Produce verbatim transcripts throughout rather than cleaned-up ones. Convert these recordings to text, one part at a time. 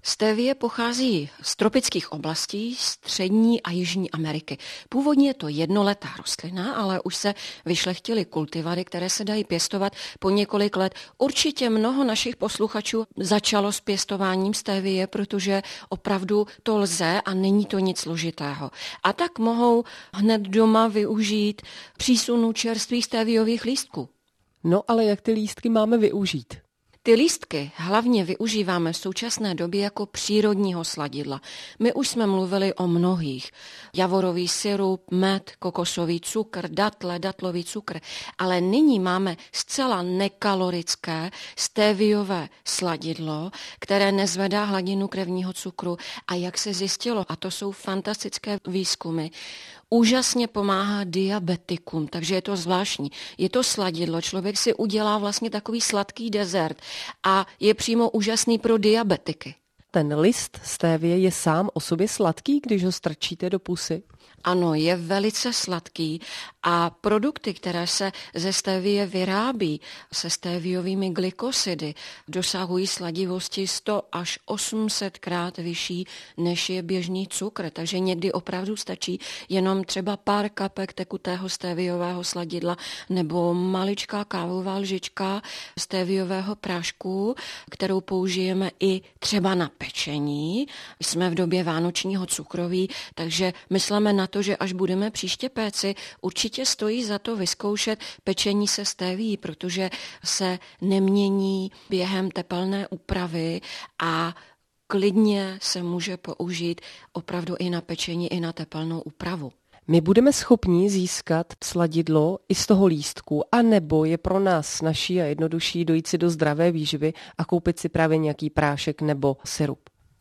Stevie pochází z tropických oblastí střední a jižní Ameriky. Původně je to jednoletá rostlina, ale už se vyšlechtily kultivary, které se dají pěstovat po několik let. Určitě mnoho našich posluchačů začalo s pěstováním stevie, protože opravdu to lze a není to nic složitého. A tak mohou hned doma využít přísunu čerstvých steviových lístků. No ale jak ty lístky máme využít? Ty lístky hlavně využíváme v současné době jako přírodního sladidla. My už jsme mluvili o mnohých. Javorový sirup, med, kokosový cukr, datle, datlový cukr. Ale nyní máme zcela nekalorické steviové sladidlo, které nezvedá hladinu krevního cukru. A jak se zjistilo, a to jsou fantastické výzkumy, úžasně pomáhá diabetikům, takže je to zvláštní. Je to sladidlo, člověk si udělá vlastně takový sladký dezert a je přímo úžasný pro diabetiky. Ten list stévie je sám o sobě sladký, když ho strčíte do pusy? Ano, je velice sladký a produkty, které se ze stevie vyrábí, se steviovými glykosidy, dosahují sladivosti sto až osm set krát vyšší, než je běžný cukr. Takže někdy opravdu stačí jenom třeba pár kapek tekutého steviového sladidla nebo maličká kávová lžička steviového prášku, kterou použijeme i třeba na pečení. Jsme v době vánočního cukroví, takže myslíme na to, že až budeme příště péci, určitě stojí za to vyzkoušet pečení se stévií, protože se nemění během tepelné úpravy a klidně se může použít opravdu i na pečení, i na tepelnou úpravu. My budeme schopni získat sladidlo i z toho lístku, anebo je pro nás snazší a jednodušší dojít si do zdravé výživy a koupit si právě nějaký prášek nebo sirup?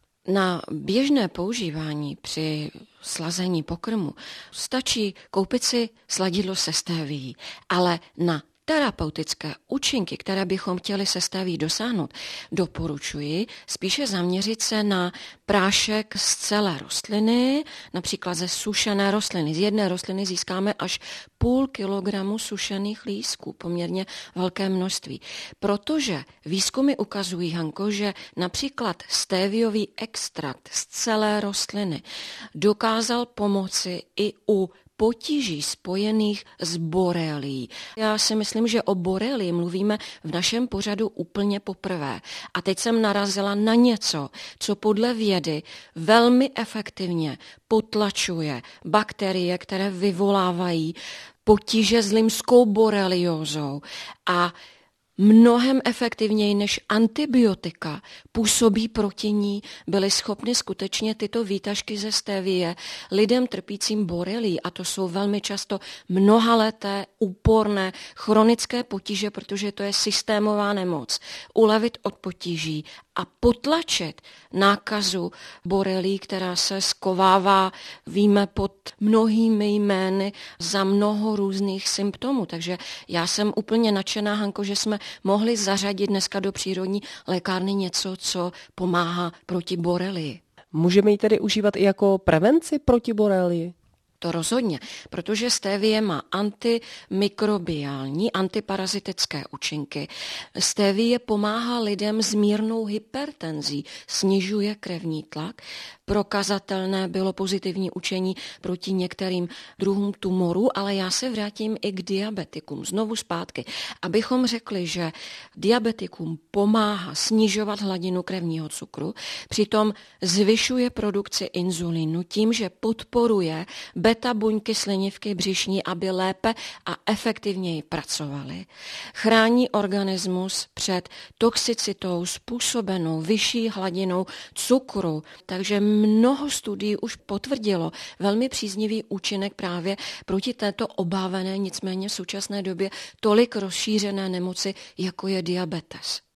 Na běžné používání při slazení pokrmu stačí koupit si sladidlo se stévií, ale na terapeutické účinky, které bychom chtěli se stévií dosáhnout, doporučuji spíše zaměřit se na prášek z celé rostliny, například ze sušené rostliny. Z jedné rostliny získáme až půl kilogramu sušených lístků, poměrně velké množství. Protože výzkumy ukazují, Hanko, že například stéviový extrakt z celé rostliny dokázal pomoci i u potíží spojených s borelií. Já si myslím, že o borelii mluvíme v našem pořadu úplně poprvé. A teď jsem narazila na něco, co podle vědy velmi efektivně potlačuje bakterie, které vyvolávají potíže s lymskou boreliózou a mnohem efektivněji než antibiotika působí proti ní, byly schopny skutečně tyto výtažky ze stevie lidem trpícím borelií, a to jsou velmi často mnohaleté, úporné, chronické potíže, protože to je systémová nemoc, ulevit od potíží a potlačit nákazu borelií, která se skovává, víme, pod mnohými jmény za mnoho různých symptomů. Takže já jsem úplně nadšená, Hanko, že jsme mohli zařadit dneska do přírodní lékárny něco, co pomáhá proti borelii. Můžeme ji tedy užívat i jako prevenci proti borelii? To rozhodně, protože stevie má antimikrobiální, antiparazitické účinky. Stevie pomáhá lidem s mírnou hypertenzí, snižuje krevní tlak. Prokazatelné bylo pozitivní učení proti některým druhům tumorů, ale já se vrátím i k diabetikům, znovu zpátky, abychom řekli, že diabetikům pomáhá snižovat hladinu krevního cukru, přitom zvyšuje produkci inzulinu tím, že podporuje beta buňky slinivky břišní, aby lépe a efektivněji pracovaly. Chrání organismus před toxicitou způsobenou vyšší hladinou cukru, takže mnoho studií už potvrdilo velmi příznivý účinek právě proti této obávané, nicméně v současné době tolik rozšířené nemoci, jako je diabetes.